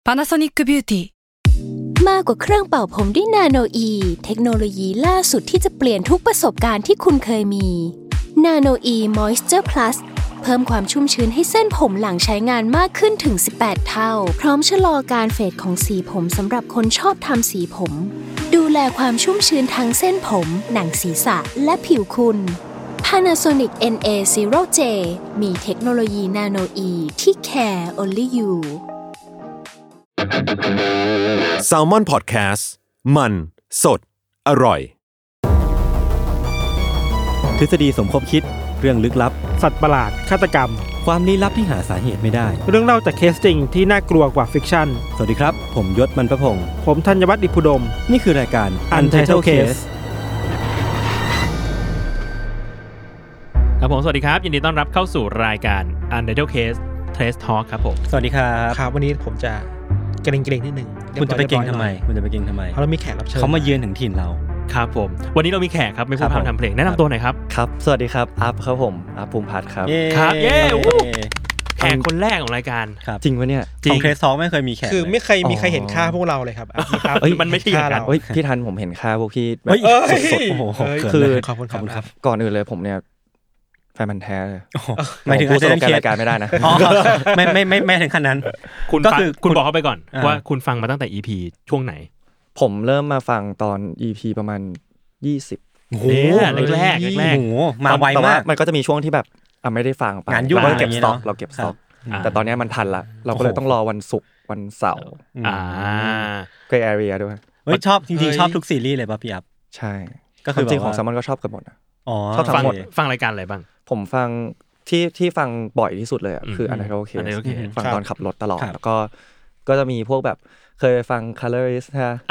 Panasonic Beauty มากกว่าเครื่องเป่าผมด้วยนาโนอีเทคโนโลยีล่าสุดที่จะเปลี่ยนทุกประสบการณ์ที่คุณเคยมีนาโนอีมอยส์เจอร์พลัสเพิ่มความชุ่มชื้นให้เส้นผมหลังใช้งานมากขึ้นถึง18เท่าพร้อมชะลอการเฟดของสีผมสำหรับคนชอบทำสีผมดูแลความชุ่มชื้นทั้งเส้นผมหนังศีรษะและผิวคุณ Panasonic NA0J มีเทคโนโลยีนาโนอีที่ care only you Salmon Podcast มันสดอร่อยทฤษฎีสมคบคิดเรื่องลึกลับสัตว์ประหลาดฆาตกรรมความลี้ลับที่หาสาเหตุไม่ได้เรื่องเล่าจากเคสจริงที่น่ากลัวกว่าฟิกชั่นสวัสดีครับผมยศมันประพงษ์ผมธัญวัฒน์อิพุดมนี่คือรายการ Untitled Case ครับผมสวัสดีครับยินดีต้อนรับเข้าสู่รายการ Untitled Case Trace Talk ครับผมสวัสดีครับครับวันนี้ผมจะเกรงๆนิดนึงคุณจะไปเกรงทำไมเพราะเรามีแขกรับเชิญเขามาเยือนถึงถิ่นเราครับผมวันนี้เรามีแขกครับไม่พูดพร่ำทำเพลงแนะนำตัวหน่อยครับครับสวัสดีครับอัพครับผมอัพภูมิพัฒน์ครับครับเย้แขกคนแรกของรายการจริงปะเนี่ยของTrace Talkไม่เคยมีแขกคือไม่เคยมีใครเห็นค่าพวกเราเลยครับมันไม่ใช่อย่างนั้นพี่ทันผมเห็นค่าพวกพี่แบบสดๆโอ้โหคือขอบคุณครับก่อนอื่นเลยผมเนี่ยแฟนมันแท้เลยไม่ถึงพูดรายการไม่ได้นะไม่ถึงขั้นนั้นคุณบอกเขาไปก่อนว่าคุณฟังมาตั้งแต่ EP ช่วงไหนผมเริ่มมาฟังตอน EP ประมาณ20 โอ้โหแรกโอ้โหมาไวมากมันก็จะมีช่วงที่แบบไม่ได้ฟังไปงานยุ่งเราเก็บสต็อกแต่ตอนนี้มันทันละเราก็เลยต้องรอวันศุกร์วันเสาร์ก็แอเรียด้วยเฮ้ยชอบจริงๆชอบทุกซีรีส์เลยป่ะพี่อัพใช่ก็คือจริงของ Salmon ก็ชอบกันหมดนะชอบทั้งหมดฟังรายการอะไรบ้างผมฟังที่ฟังบ่อยที่สุดเลยคือ Untitled Case ฟังตอนขับรถตลอดแล้วก็จะมีพวกแบบเคยฟัง Colorist ฮะ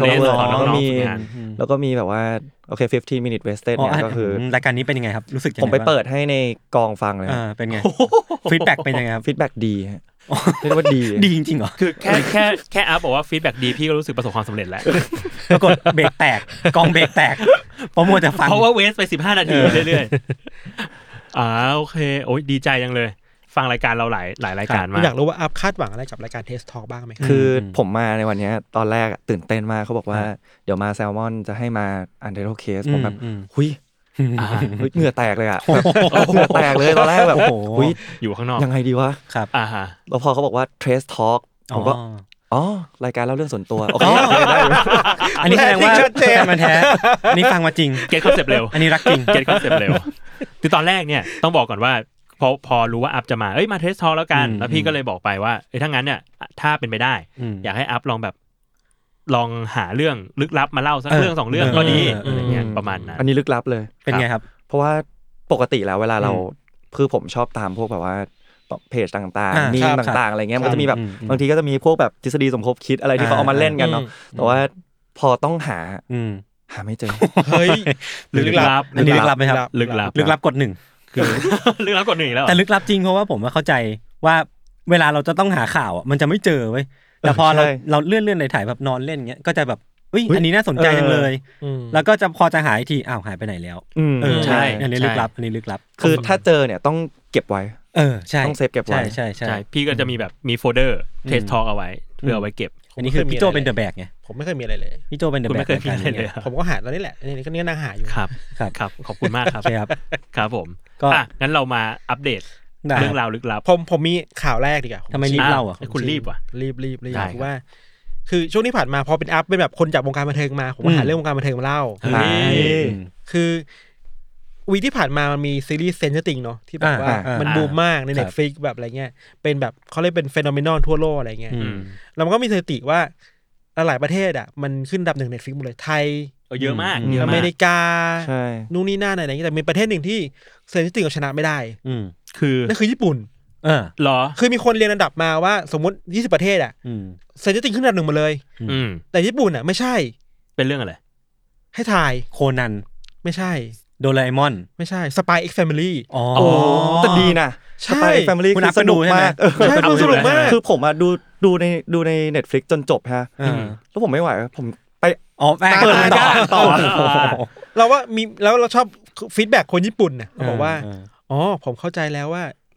แล้วก็มีแบบว่าโอเค15 minute wasted เนี่ยก็คือรายการนี้เป็นยังไงครับรู้สึกยังไงผมไปเปิดให้ในกองฟังเลยเป็นไงฟีดแบ็กเป็นยังไงครับฟีดแบ็กดีฮะเรียกว่าดีจริงๆเหรอคือแค่อัพบอกว่าฟีดแบ็กดีพี่ก็รู้สึกประสบความสำเร็จแล้วปรากฏเบรกแตกกองเบรกแตกเพราะมัวแต่ฟังเพราะว่าเวสไป15นาทีเรื่อยๆโอเคโอ้ยดีใจจังเลยฟังรายการเราหลายรายการมากอยากรู้ว่าอัพคาดหวังอะไรกับรายการ Trace Talk บ้างไหมคือผมมาในวันนี้ตอนแรกตื่นเต้นมากเขาบอกว่าเดี๋ยวมาแซลมอนจะให้มา Untitled Case ผมแบบหุยเหงื่อแตกเลยอ่ะเหงื่อแตกเลยตอนแรกแบบหุยอยู่ข้างนอกยังไงดีวะครับแล้วพอเขาบอกว่า Trace Talk ผมก็รายการเล่าเรื่องส่วนตัวโอเคได้อันนี้แสดงว่าแฟนมันแท้อันนี้ฟังมาจริงเก็ตคอนเซ็ปต์เร็วอันนี้รักจริงเก็ตคอนเซ็ปต์เร็วคือตอนแรกเนี่ยต้องบอกก่อนว่าพอรู้ว่าอัพจะมามาTrace Talkแล้วกันแล้วพี่ก็เลยบอกไปว่าถ้างั้นเนี่ยถ้าเป็นไปได้อยากให้อัพลองหาเรื่องลึกลับมาเล่าสักเรื่อง2เรื่องก็ดีอะไรเงี้ยประมาณนั้นอันนี้ลึกลับเลยเป็นไงครับเพราะว่าปกติแล้วเวลาเราคือผมชอบตามพวกแบบว่าเพจต่างๆมีมต่างๆอะไรเงี้ยมันก็จะมีแบบบางทีก็จะมีพวกแบบทฤษฎีสมคบคิดอะไรที่เขาเอามาเล่นกันเนาะแต่ว่าพอต้องหาไม่เจอเฮ้ยลึกลับอันนี้ลึกลับไหมครับลึกลับกด1 คือลึกลับกด1แล้วแต่ลึกลับจริงเพราะว่าผมเข้าใจว่าเวลาเราจะต้องหาข่าวมันจะไม่เจอเว้ยแต่พอเราเลื่อนในถ่ายแบบนอนเล่นเงี้ยก็จะแบบอันนี้น่าสนใจจังเลยแล้วก็จะพอจะหาอีกทีหายไปไหนแล้วใช่อันนี้ลึกลับคือถ้าเจอเนี่ยต้องเก็บไว้ใช่ต้องเซฟเก็บไว้ใช่พี่ก็จะมีแบบมีโฟลเดอร์Trace Talkเอาไว้เพื่อเอาไว้เก็บอันนี้คือพี่โจเป็นเดอะแบกไงผมไม่เคยมีอะไรเลยพี่โจเป็นเดอะแบกผมก็หาตอนนี้แหละนี่ก็นั่งหาอยู่ครับขอบคุณมากครับครับผมก็งั้นเรามาอัปเดตเรื่องราวลึกลับผมมีข่าวแรกดีกว่าทำไมรีบเล่าคุณรีบว่ะรีบเพราะว่าคือช่วงที่ผ่านมาพอเป็นอัพเป็นแบบคนจากวงการบันเทิงมาผมก็หาเรื่องวงการบันเทิงมาเล่าคือวีที่ผ่านมามันมีซีรีส์เซนเจอร์ติงเนาะที่แบบว่ามันบูมมากใน Netflix แบบอะไรเงี้ยเป็นแบบเขาเรียกเป็นฟีโนเมนอลทั่วโลกอะไรเงี้ยแล้วมันก็มีสถิติว่าหลายประเทศมันขึ้นอันดับ1 Netflix หมดเลยไทยเยอะมากอเมริกานู่นนี่นั่นอะไรเงี้ยแต่มีประเทศหนึ่งที่เซนเจอร์ติงชนะไม่ได้นั่นคือญี่ปุ่นหรอคือมีคนเรียนอันดับมาว่าสมมติ20ประเทศเซนเจอร์ติงขึ้นอันดับ1หมดเลยแต่ญี่ปุ่นไม่ใช่เป็นเรื่องอะไรให้ทายโคนันไม่ใช่โดราเอมอนไม่ใช่ Spy X Family แต่ดีนะ Spy X Family คุณสนุกมากใช่สนุกมากคือผมดูใน Netflix จนจบฮะแล้วผมไม่ไหวผมไปเปิดต่อเราว่ามีแล้วเราชอบฟีดแบ็กคนญี่ปุ่นน่ะบอกว่าผมเข้าใจแล้วว่า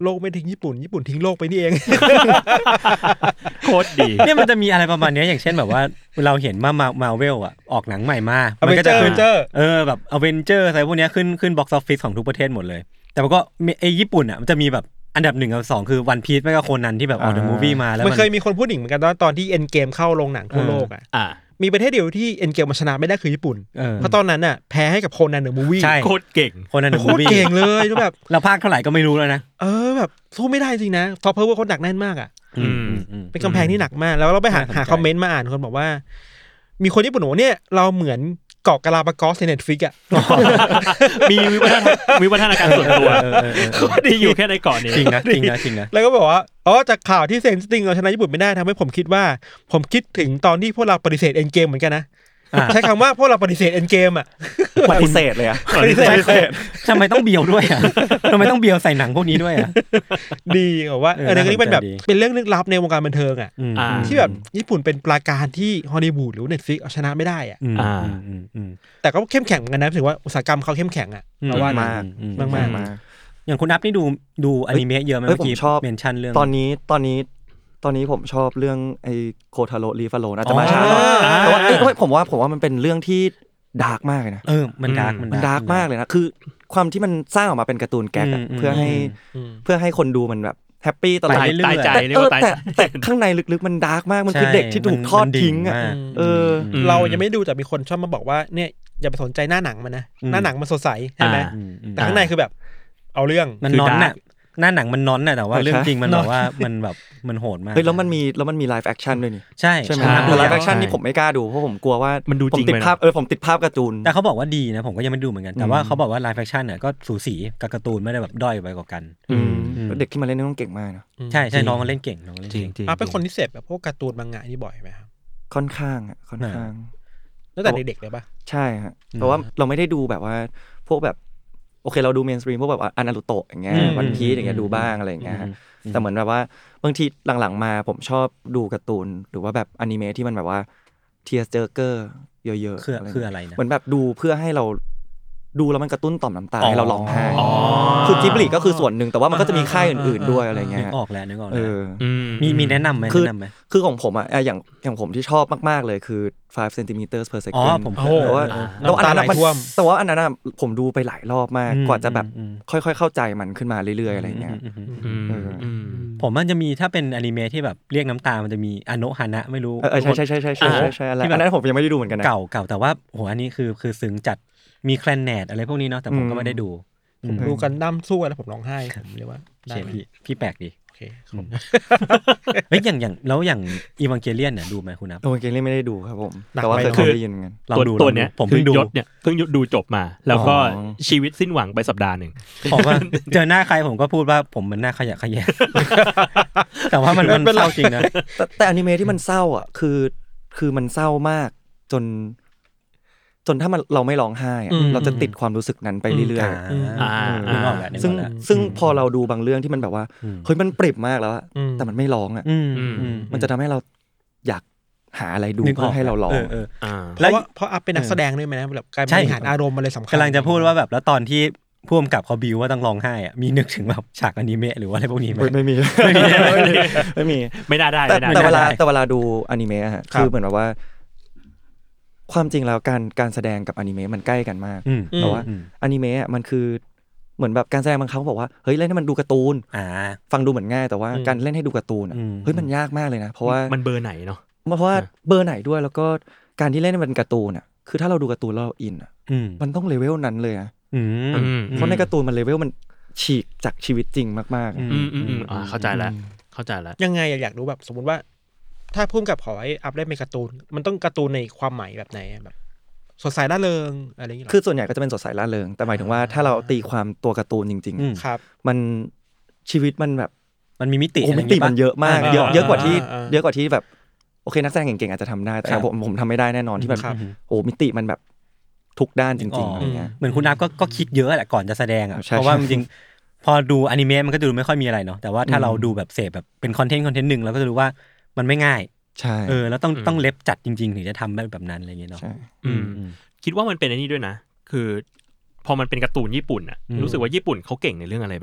โลกไม่ทิ้งญี่ปุ่นทิ้งโลกไปนี่เองโคตรดีเนี่ยมันจะมีอะไรประมาณนี้อย่างเช่นแบบว่าเราเห็นมาเวลอ่ะออกหนังใหม่มามันก็จะขึ้นแบบอเวนเจอร์อะไรพวกนี้ขึ้นบ็อกซ์ออฟฟิศของทุกประเทศหมดเลยแต่มันก็ไอ้ญี่ปุ่นอ่ะมันจะมีแบบอันดับ1กับ2คือวันพีซไม่ก็โคนันที่แบบออกเดอะมูฟวี่มาแล้วมันเคยมีคนพูดอีกเหมือนกันตอนที่เอ็นเกมเข้าโรงหนังทั่วโลกอ่ะมีประเทศเดียวที่เอ็นเกมมันชนะไม่ได้คือญี่ปุ่นเพราะตอนนั้นน่ะแพ้ให้กับโคนันเดอะมูฟวี่โคตรเก่งโคนันเดอะมูฟวี่โคตรเก่งเลยแล้วแบบแล้วภาคเท่าไหร่ก็ไม่รู้แล้วนะแบบสู้ไม่ได้จริงนะท็อปเพอร์ว่าคนหนักแน่นมากอ่ะเป็นกำแพงที่หนักมากแล้วเราไปหาคอมเมนต์มาอ่านคนบอกว่ามีคนญี่ปุ่นบอกเนี่ยเราเหมือนเกาะกาลาปากอสใน Netflix อ่ะมีวิวัฒนาการส่วนตัวที่อยู่แค่ในเกาะนี้จริงนะแล้วก็บอกว่าจากข่าวที่เซนสติงเราชนะญี่ปุ่นไม่ได้ทำให้ผมคิดถึงตอนที่พวกเราปฏิเสธเอ็นเกมเหมือนกันนะใช้คำว่าพวกเราปฏิเสธเอ็นเกมอ่ะปฏิเสธเลยอ่ะปฏิเสธทำไมต้องเบียวด้วยอ่ะทำไมต้องเบียวใส่หนังพวกนี้ด้วยอ่ะดีบอกว่าอันนี้เป็นแบบเป็นเรื่องลึกลับในวงการบันเทิงอ่ะที่แบบญี่ปุ่นเป็นปราการที่ฮอลลีวูดหรือ Netflix เอาชนะไม่ได้อ่ะแต่ก็เข้มแข็งเหมือนกันนะถือว่าอุตสาหกรรมเขาเข้มแข็งอ่ะเราว่ามากอย่างคุณนับนี่ดูอนิเมะเยอะมั้ยเมื่อกี้เมนชั่นเรื่องตอนนี้ผมชอบเรื่องไอ้โคทาโร่รีฟาโรนะจะมาช้าหน่อยแต่ว่าผมว่ามันเป็นเรื่องที่ดาร์กมากเลยนะมันดาร์กมากเลยนะคือความที่มันสร้างออกมาเป็นการ์ตูนแก๊กเพื่อให้คนดูมันแบบแฮปปี้ตลอดแต่ข้างในลึกๆมันดาร์กมากมันคือเด็กที่ถูกทอดทิ้งอ่ะเรายังไม่ดูแต่มีคนชอบมาบอกว่าเนี่ยอย่าไปสนใจหน้าหนังมันนะหน้าหนังมันสดใสใช่ไหมแต่ข้างในคือแบบเอาเรื่องมันนอนน่ะหน้าหนังมันน้อนน่ะแต่ว่าเรื่องจริงมันบอกว่ามันแบบมันโหดมากแล้วมันมีไลฟ์แอคชั่นด้วยนี่ใช่ไหมไลฟ์แอคชั่นนี่ผมไม่กล้าดูเพราะผมกลัวว่ามันดูจริงผมติดภาพผมติดภาพการ์ตูนแต่เขาบอกว่าดีนะผมก็ยังไม่ดูเหมือนกันแต่ว่าเขาบอกว่าไลฟ์แอคชั่นเนี่ยก็สูสีกับการ์ตูนไม่ได้แบบด้อยไปกว่ากันเด็กที่มาเล่นนี่ต้องเก่งมากนะใช่น้องเขาเล่นเก่งจริงเป็นคนที่เสพแบบพวกการ์ตูนมังงะนี่บ่อยไหมครับค่อนข้างตั้งแต่เด็กๆเลยป่ะใช่ฮะแต่ว่าเราไม่ได้ดูแบบว่าพวกแบบโอเคเราดูเมนสตรีมพวกแบบอานารุโตะอย่างเงี้ยวันพีซอย่างเงี้ยดูบ้างอะไรอย่างเงี้ยแต่เหมือนแบบว่าบางทีหลังๆมาผมชอบดูการ์ตูนหรือว่าแบบอนิเมะที่มันแบบว่าเทียร์เจอร์เกอร์เยอะๆคืออะไรนะเหมือนแบบดูเพื่อให้เราดูแล้วมันกระตุ้นต่อมน้ำตาให้เราร้องไห้คือกิบลิก็คือส่วนหนึ่งแต่ว่ามันก็จะมีค่ายอื่นๆด้วยอะไรเงี้ยนึกออกแล้วมีแนะนำไหมคือของผมอ่ะอย่างผมที่ชอบมากๆเลยคือ5 centimeters per second แต่ว่าอันนั้นผมดูไปหลายรอบมากกว่าจะแบบค่อยๆเข้าใจมันขึ้นมาเรื่อยๆอะไรเงี้ยผมมันจะมีถ้าเป็นอนิเมะที่แบบเรียกน้ำตามันจะมีอโนะฮานะไม่รู้ใช่อันนั้นผมยังไม่ได้ดูเหมือนกันนะเก่าแต่ว่าโหอันนี้คือซึ้งจัดมีแคลนแนดอะไรพวกนี้เนาะแต่ผมก็ไม่ได้ดูผมดูกันดั้มสู้กันแล้วผมร้องไห้ผมเรียกว่าได้พี่แปลกดีโอเคเฮ้ยอย่างแล้วอย่างอีวานเกเลียนเนี่ยดูไหมคุณนับอีวานเกเลียนไม่ได้ดูครับผมแต่ว่าเคยได้ยินเหมือนกันตัวเนี้ยผมเพิ่งดูจบมาแล้วก็ชีวิตสิ้นหวังไปสัปดาห์นึงผมว่าเจอหน้าใครผมก็พูดว่าผมมันหน้าขยะแขยงแต่ว่ามันเศร้าจริงนะแต่อนิเมะที่มันเศร้าอ่ะคือมันเศร้ามากจนถ้ามันเราไม่ร้องไห้เราจะติดความรู้สึกนั้นไปเรื่อยๆซึ่งพอเราดูบางเรื่องที่มันแบบว่าเฮ้ยมันปริบมากแล้วแต่มันไม่ร้องอ่ะมันจะทำให้เราอยากหาอะไรดูเพื่อให้เราร้องเพราะอัพเป็นนักแสดงด้วยไหมนะแบบการบริหารอารมณ์อะไรสำคัญกำลังจะพูดว่าแบบแล้วตอนที่ผู้กำกับเขาบิวว่าต้องร้องไห้อ่ะมีนึกถึงแบบฉากอนิเมะหรือว่าอะไรพวกนี้ไหมไม่มีไม่น่าได้แต่เวลาดูอนิเมะฮะคือเหมือนว่าความจริงแล้วการแสดงกับอนิเมะมันใกล้กันมากแต่ว่าอนิเมะมันคือเหมือนแบบการแสดงบางครั้งบอกว่าเฮ้ยเล่นให้มันดูการ์ตูนฟังดูเหมือนง่ายแต่ว่าการเล่นให้ดูการ์ตูนเฮ้ยมันยากมากเลยนะเพราะว่ามันเบอร์ไหนเนาะเพราะว่าเบอร์ไหนด้วยแล้วก็การที่เล่นให้มันการ์ตูนอ่ะคือถ้าเราดูการ์ตูนแล้วเราอินอ่ะมันต้องเลเวลนั้นเลยอ่ะเพราะในการ์ตูนมันเลเวลมันฉีกจากชีวิตจริงมากๆเข้าใจแล้วยังไงอยากรู้แบบสมมติว่าถ้าพุ่มกับขอให้อัพได้เป็นการ์ตูนมันต้องการ์ตูนในความหมายแบบไหนแบบสดใสร่าเริงอะไรอย่างเงี้ยคือส่วนใหญ่ก็จะเป็นสดใสร่าเริงแต่หมายถึงว่าถ้าเราตีความตัวการ์ตูนจริงๆครับมันชีวิตมันแบบมันมีมิติมันเยอะมากเยอะกว่าที่แบบโอเคนักแสดงเก่งๆอาจจะทำได้แต่ผมทำไม่ได้แน่นอนที่แบบโอ้มิติมันแบบทุกด้านจริงๆอะไรเงี้ยเหมือนคุณนับก็คิดเยอะแหละก่อนจะแสดงอ่ะเพราะว่าจริงพอดูอนิเมะมันก็ดูไม่ค่อยมีอะไรเนาะแต่ว่าถ้าเราดูแบบเสพแบบเป็นคอนเทนต์นึงเราก็จะรู้ว่ามันไม่ง่ายใช่แล้วต้องเล็บจัดจริงๆถึงจะทำได้แบบนั้นอะไรเงี้ยเนาะคิดว่ามันเป็นอันนี้ด้วยนะคือพอมันเป็นการ์ตูนญี่ปุ่นอ่ะรู้สึกว่าญี่ปุ่นเขาเก่งในเรื่องอะไรแบบเนี้ย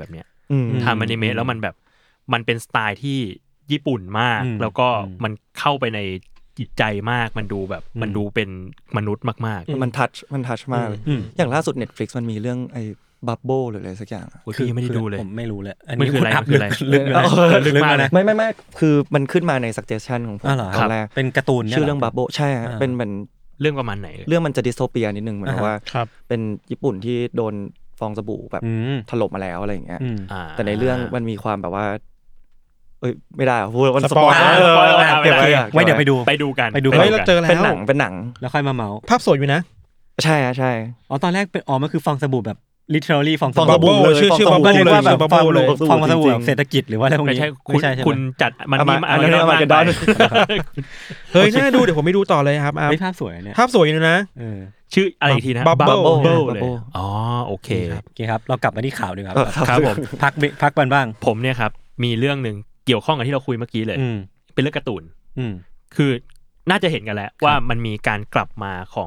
ทำอนิเมะแล้วมันแบบมันเป็นสไตล์ที่ญี่ปุ่นมากแล้วก็มันเข้าไปในจิตใจมากมันดูแบบมันดูเป็นมนุษย์มากๆมันทัชมากเลยอย่างล่าสุด Netflix มันมีเรื่องไอ้บับเบิ้ลหรืออะไรสักอย่างคือยังไม่ได้ดูเลยผมไม่รู้เลยอันนี้คืออะไรลึกมากนะไม่คือมันขึ้นมาใน suggestion ของผมตอนแรกเป็นการ์ตูนชื่อเรื่องบับเบิ้ลใช่เป็นเหมือนเรื่องประมาณไหนเรื่องมันจะดิสโทเปียนิดนึงเหมือนว่าเป็นญี่ปุ่นที่โดนฟองสบู่แบบถล่มมาแล้วอะไรอย่างเงี้ยแต่ในเรื่องมันมีความแบบว่าไม่ได้พูดมันสปอยเก็บไว้เดี๋ยวไปดูกันเราเจอแล้วเป็นหนังแล้วค่อยมาเมาภาพสวยอยู่นะใช่ใช่ตอนแรกเป็นมันคือฟองสบู่แบบ literally ฟองสบู่เลยชื่อบับเบิ้ลเลยแบบฟองสบู่เศรษฐกิจหรือว่าอะไรพวกนี้ไม่ใช่คุณจัดมันมีอะไรมากันดอนเฮ้ยน่าดูเดี๋ยวผมไปดูต่อเลยครับภาพสวยเนี่ยภาพสวยอยู่นะชื่ออะไรอีกทีนะบับเบิ้ลเลยอ๋อโอเคครับเรากลับมาที่ข่าวดีครับครับผมพักบ้างผมเนี่ยครับมีเรื่องนึงเกี่ยวข้องกับที่เราคุยเมื่อกี้เลยเป็นเรื่องการ์ตูนคือน่าจะเห็นกันแล้วว่ามันมีการกลับมาของ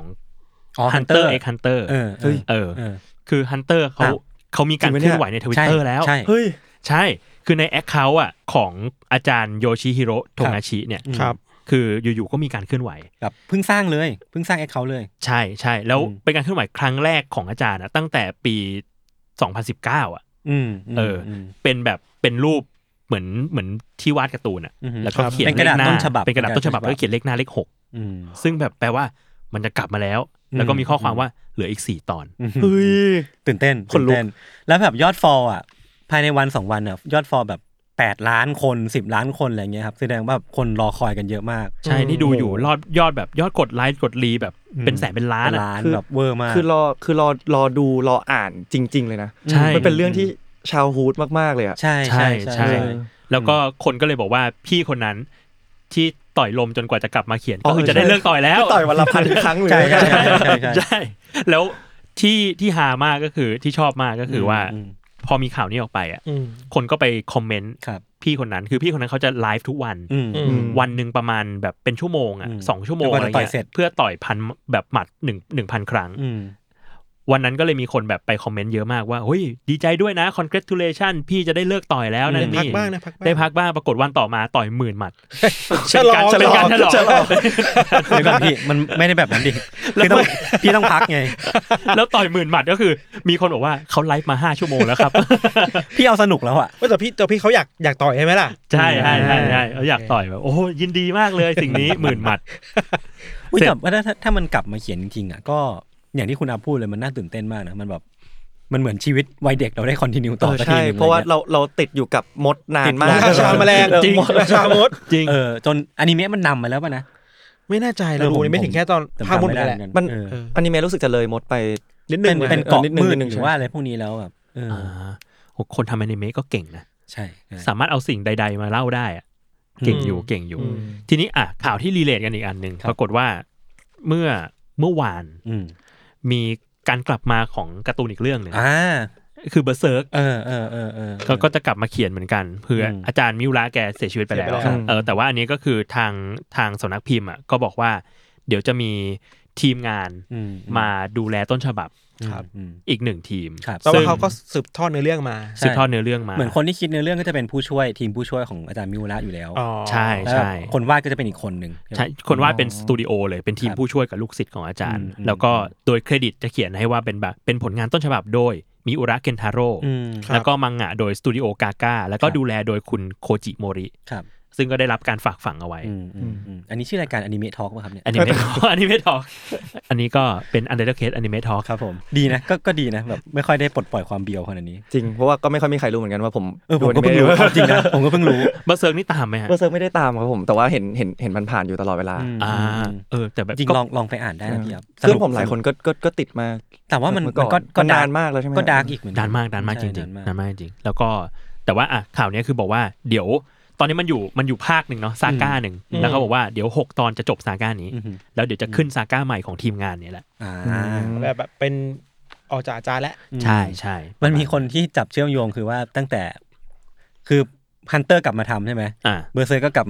Hunter x Hunter คือ Hunter เขามีการเคลื่อนไหวใน Twitter แล้วเฮ้ยใช่คือในแอคเคาท์อ่ะของอาจารย์โยชิฮิโร่โทงาชิเนี่ยคืออยู่ๆก็มีการเคลื่อนไหวแบบเพิ่งสร้างแอคเคาท์เลยใช่แล้วเป็นการเคลื่อนไหวครั้งแรกของอาจารย์นะตั้งแต่ปี2019อ่ะเป็นแบบเป็นรูปเหมือนที่วาดการ์ตูนอ่ะแล้วก็เขียนเป็นกระดาษต้นฉบับแล้วก็เขียนเลขหน้าเลข6ซึ่งแบบแปลว่ามันจะกลับมาแล้วแล้วก็มีข้อความว่าเหลืออีก4ตอนเฮ้ยตื่นเต้นแล้วแบบยอดฟอลอ่ะภายในวัน2วันอ่ะยอดฟอลแบบ8ล้านคน10ล้านคนอะไรเงี้ยครับแสดงว่าคนรอคอยกันเยอะมากใช่ที่ดูอยู่ยอดแบบยอดกดไลค์กดรีแบบเป็นแสนเป็นล้านแบบเวอร์มากคือรอดูรออ่านจริงๆเลยนะมันเป็นเรื่องที่ชาวฮูดมากๆเลยอ่ะใช่แล้วก็คนก็เลยบอกว่าพี่คนนั้นที่ต่อยลมจนกว่าจะกลับมาเขียนก็คือจะได้เลิกต่อยแล้วต่อยวันละ1,000 ครั้งเลยใช่แล้วที่ฮามากก็คือที่ชอบมากก็คือว่าพอมีข่าวนี้ออกไปอ่ะคนก็ไปคอมเมนต์พี่คนนั้นคือพี่คนนั้นเขาจะไลฟ์ทุกวันวันนึงประมาณแบบเป็นชั่วโมงอ่ะ2ชั่วโมงอะไรเงี้ยเพื่อต่อยพันแบบหมัด1,000 ครั้งวันนั้นก็เลยมีคนแบบไปคอมเมนต์เยอะมากว่าเฮ้ยดีใจด้วยนะ congratulation พี่จะได้เลิกต่อยแล้วนะนี่ได้พักบ้างปรากฏวันต่อมาต่อย10,000 หมัดเป็นการฉลองเดี๋ยวก่อนพี่มันไม่ได้แบบนั้นดิพี่ต้องพักไงแล้วต่อย10,000 หมัดก็คือมีคนบอกว่าเขาไลฟ์มา5ชั่วโมงแล้วครับพี่เอาสนุกแล้วอ่ะแต่พี่เขาอยากต่อยใช่ไหมล่ะใช่เขาอยากต่อยแบบโอ้ยินดีมากเลยสิ่งนี้10,000 หมัดแต่ว่าถ้ามันกลับมาเขียนจริงๆอ่ะก็อย่างที่คุณอาพูดเลยมันน่าตื่นเต้นมากนะมันแบบมันเหมือนชีวิตวัยเด็กเราได้คอนทินิวต่อใช่เพราะว่าเราติดอยู่กับมดนานมากราชาแมลงจริงราชามดจริงจนอนิเมะมันนำมาแล้วป่ะนะไม่แน่ใจเราดูไม่ถึงแค่ตอนภาพมดนั่นแหละมันอนิเมะรู้สึกจะเลยมดไปนิดนึงเป็นเกาะมืดหรือว่าอะไรพวกนี้แล้วแบบคนทำอนิเมะก็เก่งนะใช่สามารถเอาสิ่งใดๆมาเล่าได้เก่งอยู่ทีนี้ข่าวที่รีเลทกันอีกอันนึงปรากฏว่าเมื่อวานมีการกลับมาของการ์ตูนอีกเรื่องนึงคือเบอร์เซิร์กก็จะกลับมาเขียนเหมือนกันเพื่ออาจารย์มิวระแกเสียชีวิตไปแล้วแต่ว่าอันนี้ก็คือทางสำนักพิมพ์ก็บอกว่าเดี๋ยวจะมีทีมงานมาดูแลต้นฉบับอีก1ทีมแต่ว่าเขาก็สืบทอดเนื้อเรื่องมาเหมือนคนที่คิดเนื้อเรื่องก็จะเป็นผู้ช่วยทีมผู้ช่วยของอาจารย์มิวระอยู่แล้วใช่คนวาดก็จะเป็นอีกคนนึงใช่คนวาดเป็นสตูดิโอเลยเป็นทีมผู้ช่วยกับลูกศิษย์ของอาจารย์แล้วก็โดยเครดิตจะเขียนให้ว่าเป็นผลงานต้นฉบับโดยมิอุระเคนทาโร่แล้วก็มังงะโดยสตูดิโอกาก้าแล้วก็ดูแลโดยคุณโคจิโมริซึ่งก็ได้รับการฝากฝังเอาไว้อันนี้ชื่อรายการอนิเมะทอล์กป่ะครับเนี่ยอนิเมะทอล์กอันนี้ก็เป็นอันเดอร์เคสอนิเมะทอล์กครับผมดีนะก็ดีนะแบบไม่ค่อยได้ปลดปล่อยความเบียวขนาดนี้จริงเพราะว่าก็ไม่ค่อยมีใครรู้เหมือนกันว่าผมก็เพิ่งรู้จริงนะผมก็เพิ่งรู้เบอร์เซิร์กนี่ตามไหมฮะเบอร์เซิร์กไม่ได้ตามครับผมแต่ว่าเห็นมันผ่านอยู่ตลอดเวลาแต่แบบจริงลองไปอ่านได้นะพี่ครับเพื่อนผมหลายคนก็ติดมาแต่ว่ามันก็นานมากแล้วใช่ไหมก็ดาร์กอีกเหมือนนานมากจริงแล้วก็แต่ว่าข่าวนี้คือบอกว่าเดี๋ยวตอนนี้มันอยู่ภาคหนึ่งเนาะซาก้าหนึ่งแล้วเขาบอกว่าเดี๋ยว6 ตอนจะจบซาก้านี้แล้วเดี๋ยวจะขึ้นซาก้าใหม่ของทีมงานนี้แหละแบบเป็นออกจากอาจารย์แล้วใช่มันมีคนที่จับเชื่อมโยงคือว่าตั้งแต่คือฮันเตอร์กลับมาทำใช่ไหมเบอร์เซอร์ก็กลับมา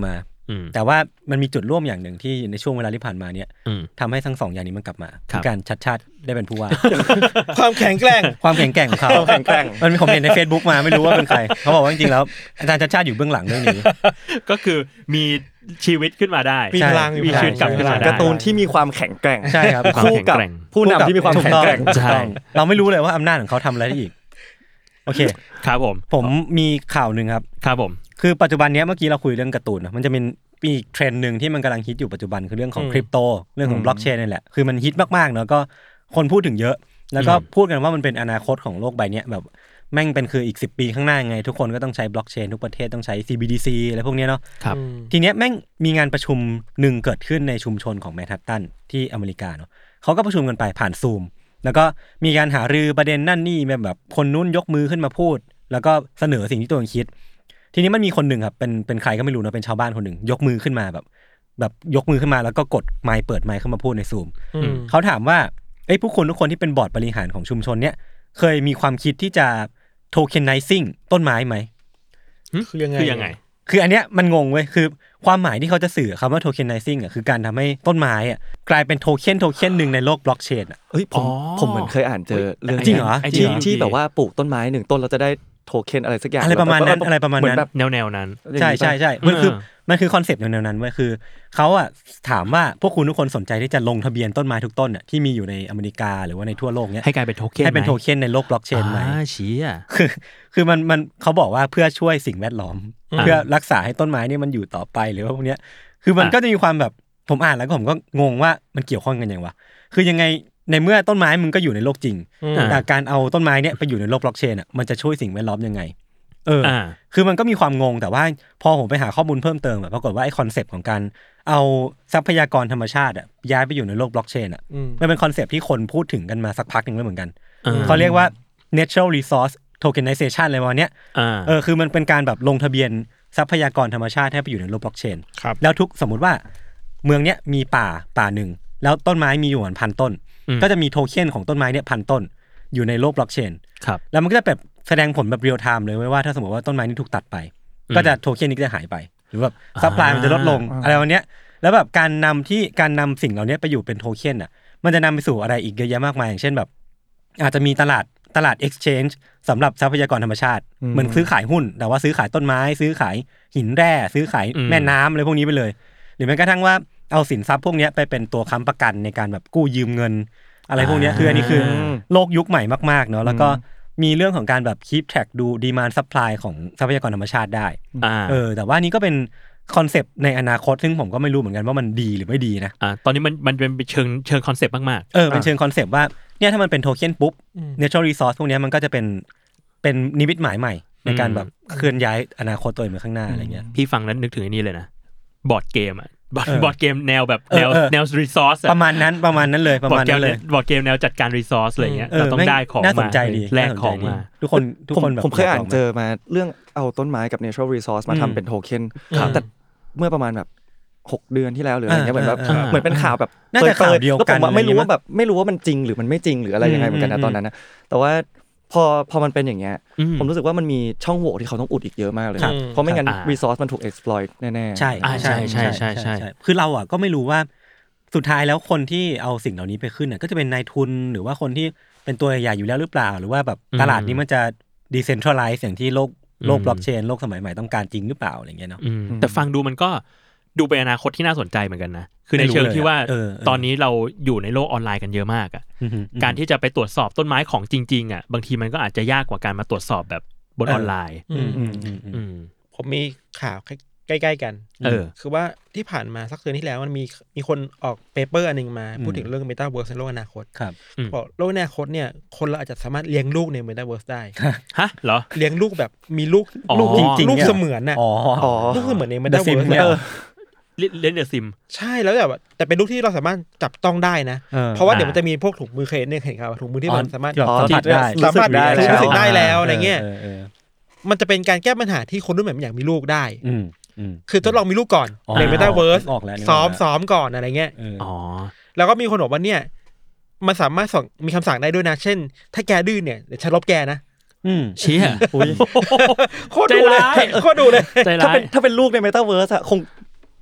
แต่ว่ามันมีจุดร่วมอย่างหนึ่งที่ในช่วงเวลาที่ผ่านมาเนี่ยทำให้ทั้ง2อย่างนี้มันกลับมาคือการชัดชาติได้เป็นผู้ว่าความแข็งแกร่งของเขาแข็งแกร่งมันผมเห็นใน Facebook มาไม่รู้ว่าเป็นใครเขาบอกว่าจริงๆแล้วอาจารย์ชัดชาติอยู่เบื้องหลังเรื่องนี้ก็คือมีชีวิตขึ้นมาได้มีพลังมีชีวิตกลับขึ้นมาได้การ์ตูนที่มีความแข็งแกร่งใช่ครับคู่กับผู้นำที่มีความแข็งแกร่งใช่เราไม่รู้เลยว่าอำนาจของเขาทำอะไรได้อีกโอเคครับผมมีข่าวนึงครับผมคือปัจจุบันนี้เมื่อกี้เราคุยเรื่องการ์ตูนนะมันจะเป็นอีกเทรนด์นึงที่มันกำลังฮิตอยู่ปัจจุบันคือเรื่องของคริปโตเรื่องของบล็อกเชนนี่แหละคือมันฮิตมากๆเนาะก็คนพูดถึงเยอะแล้วก็พูดกันว่ามันเป็นอนาคตของโลกใบนี้แบบแม่งเป็นคืออีก10ปีข้างหน้าไงทุกคนก็ต้องใช้บล็อกเชนทุกประเทศต้องใช้ CBDC อะไรพวกนี้เนาะครับทีเนี้ยแม่งมีงานประชุมนึงเกิดขึ้นในชุมชนของแมนฮัตตันที่อเมริกาเนาะเขาก็ประชุมกันไปผ่านซูมแล้วก็มีการหารือประเด็นนั่นนี่แบบคนนู้นยกมือขึ้นมาพูดแล้วก็เสนอสิ่งที่ตัวเองคิดทีนี้มันมีคนหนึ่งครับเป็นใครก็ไม่รู้นะเป็นชาวบ้านคนหนึ่งยกมือขึ้นมาแบบยกมือขึ้นมาแล้วก็กดไมค์เปิดไมค์ขึ้นมาพูดในซูมเขาถามว่าผู้คนทุกคนที่เป็นบอร์ดบริหารของชุมชนเนี้ยเคยมีความคิดที่จะโทเคนไนซิ่งต้นไม้ไหมคือยังไงคืออันเนี้ยมันงงเว้ยคือความหมายที่เขาจะสื่อคำว่าโทเคนไนซิ่งอ่ะคือการทำให้ต้นไม้อ่ะกลายเป็นโทเค็นนึงในโลกบล็อกเชนอ่ะผมเหมือนเคยอ่านเจอเรื่องจริงเหรอที่แบบว่าปลูกต้นไม้1ต้นเราจะได้โทเค็นอะไรสักอย่างอะไรประมาณนั้นเหมือนแบบแนวนั้นใช่มันคือคอนเซปต์แนวนั้นเว้ยคือเขาอ่ะถามว่าพวกคุณทุกคนสนใจที่จะลงทะเบียนต้นไม้ทุกต้นอ่ะที่มีอยู่ในอเมริกาหรือว่าในทั่วโลกเนี้ยให้กลายเป็นโทเค็นให้เป็นโทเค็นในโลกบล็อกเชนไหมชี้อ่ะคือมันเขาบอกว่าเพื่อช่วยสิ่งแวดล้อมเพื่อรักษาให้ต้นไม้นี่มันอยู่ต่อไปหรือว่าพวกเนี้ยคือมันก็จะมีความแบบผมอ่านแล้วผมก็งงว่ามันเกี่ยวข้องกันยังวะคือยังไงในเมื่อต้นไม้มันก็อยู่ในโลกจริงแต่การเอาต้นไม้เนี่ยไปอยู่ในโลกบล็อกเชนอ่ะมันจะช่วยสิ่งแวดล้อมยังไงคือมันก็มีความงงแต่ว่าพอผมไปหาข้อมูลเพิ่มเติมปรากฏว่าไอ้คอนเซปต์ของการเอาทรัพยากรธรรมชาติอ่ะย้ายไปอยู่ในโลกบล็อกเชนอ่ะมันเป็นคอนเซปต์ที่คนพูดถึงกันมาสักพักนึงแล้วเหมือนกันเขาเรียกว่า natural resource tokenization อะไรประมาณเนี้ยคือมันเป็นการแบบลงทะเบียนทรัพยากรธรรมชาติให้ไปอยู่ในโลกบล็อกเชนแล้วทุกสมมุติว่าเมืองเนี้ยมีป่าหนึ่งแล้วต้นไม้มีอยู่ประมาณ1,000 ต้นก็จะมีโทเค็นของต้นไม้เนี่ย1,000 ต้นอยู่ในโลกบล็อกเชนแล้วมันก็จะแบบแสดงผลแบบเรียลไทม์เลยว่าถ้าสมมติว่าต้นไม้นี้ถูกตัดไปก็จะโทเค็นนี้จะหายไปหรือแบบซัพพลายมันจะลดลงอะไรวันเนี้ยแล้วแบบการนำสิ่งเหล่านี้ไปอยู่เป็นโทเค็นอ่ะมันจะนำไปสู่อะไรอีกเยอะแยะมากมายอย่างเช่นแบบอาจจะมีตลาด exchange สำหรับทรัพยากรธรรมชาติเหมือนซื้อขายหุ้นแต่ว่าซื้อขายต้นไม้ซื้อขายหินแร่ซื้อขายแม่น้ำอะไรพวกนี้ไปเลยหรือแม้กระทั่งว่าเอาสินทรัพย์พวกนี้ไปเป็นตัวค้ำประกันในการแบบกู้ยืมเงินอะไรพวกนี้คืออันนี้คือโลกยุคใหม่มากๆเนาะแล้วก็มีเรื่องของการแบบ keep track ดู demand supply ของทรัพยากรธรรมชาติได้แต่ว่านี้ก็เป็นคอนเซปต์ในอนาคตซึ่งผมก็ไม่รู้เหมือนกันว่ามันดีหรือไม่ดีนะตอนนี้มันเป็นเชิงคอนเซปต์มากๆเป็นเชิงคอนเซปต์ว่าเนี่ยถ้ามันเป็นโทเค็นปุ๊บ natural resource พวกนี้มันก็จะเป็นนิมิตหมายใหม่ในการแบบเคลื่อนย้ายอนาคตตัวเองไปข้างหน้าอะไรเงี้ยพี่ฟังแล้วนึกถึงอันนี้เลยนะบอร์ดเกมบอร์ดเกมแนวแบบแนวรีซอสประมาณนั้นเลยบอร์ดเกมแนวจัดการรีซอสอะไรเงี้ยเราต้องได้ของน่าสนใจดีแลกของมาทุกคนแบบผมเคยอ่านเจอมาเรื่องเอาต้นไม้กับ natural resource มาทำเป็นโทเค็นแต่เมื่อประมาณแบบ6 เดือนที่แล้วหรืออะไรเงี้ยเหมือนเป็นข่าวแบบน่าจะข่าวเดียวกันแล้วผมไม่รู้ว่ามันจริงหรือมันไม่จริงหรืออะไรยังไงเหมือนกันนะตอนนั้นนะแต่ว่าพอมันเป็นอย่างเงี้ยผมรู้สึกว่ามันมีช่องโหว่ที่เขาต้องอุดอีกเยอะมากเลยเพราะไม่งั้น resource มันถูก exploit แน่ๆใช่คือเราอ่ะก็ไม่รู้ว่าสุดท้ายแล้วคนที่เอาสิ่งเหล่านี้ไปขึ้นน่ะก็จะเป็นนายทุนหรือว่าคนที่เป็นตัวใหญ่อยู่แล้วหรือเปล่าหรือว่าแบบตลาดนี้มันจะ decentralize อย่างที่โลกบล็อกเชนโลกสมัยใหม่ต้องการจริงหรือเปล่าอะไรเงี้ยเนาะแต่ฟังดูมันก็ดูเป็นอนาคตที่น่าสนใจเหมือนกันนะคือในเชิงที่ว่าตอนนี้เราอยู่ในโลกออนไลน์กันเยอะมากอ่ะการที่จะไปตรวจสอบต้นไม้ของจริงๆอ่ะบางทีมันก็อาจจะยากกว่าการมาตรวจสอบแบบบนออนไลน์ผมมีข่าวใกล้ๆกันคือว่าที่ผ่านมาสักเดือนที่แล้วมันมีคนออกเปเปอร์อันนึงมาพูดถึงเรื่อง Metaverse ในโลกอนาคตบอกโลกอนาคตเนี่ยคนเราอาจจะสามารถเลี้ยงลูกใน Metaverse ได้ฮะเหรอเลี้ยงลูกแบบมีลูกจริงๆลูกเสมือนน่ะลูกเสมือนใน Metaverse เล่นเดอะซิมใช่แล้วแบบแต่เป็นลูกที่เราสามารถจับต้องได้นะเพราะว่าเดี๋ยวมันจะมีพวกถุงมือเคยเนี่ยเห็นครับถุงมือที่มันสามารถสัมผัสได้แล้วอะไรเงี้ยมันจะเป็นการแก้ปัญหาที่คนรุ่นใหม่อยากมีลูกได้คือทดลองมีลูกก่อนใน Metaverse ซ้อมก่อนอะไรเงี้ยแล้วก็มีคนบอกว่าเนี่ยมันสามารถมีคำสั่งได้ด้วยนะเช่นถ้าแกดื้อเนี่ยเดี๋ยวฉันลบแกนะเชี่ยโคตรดูเลยถ้าเป็นลูกใน Metaverse อะคง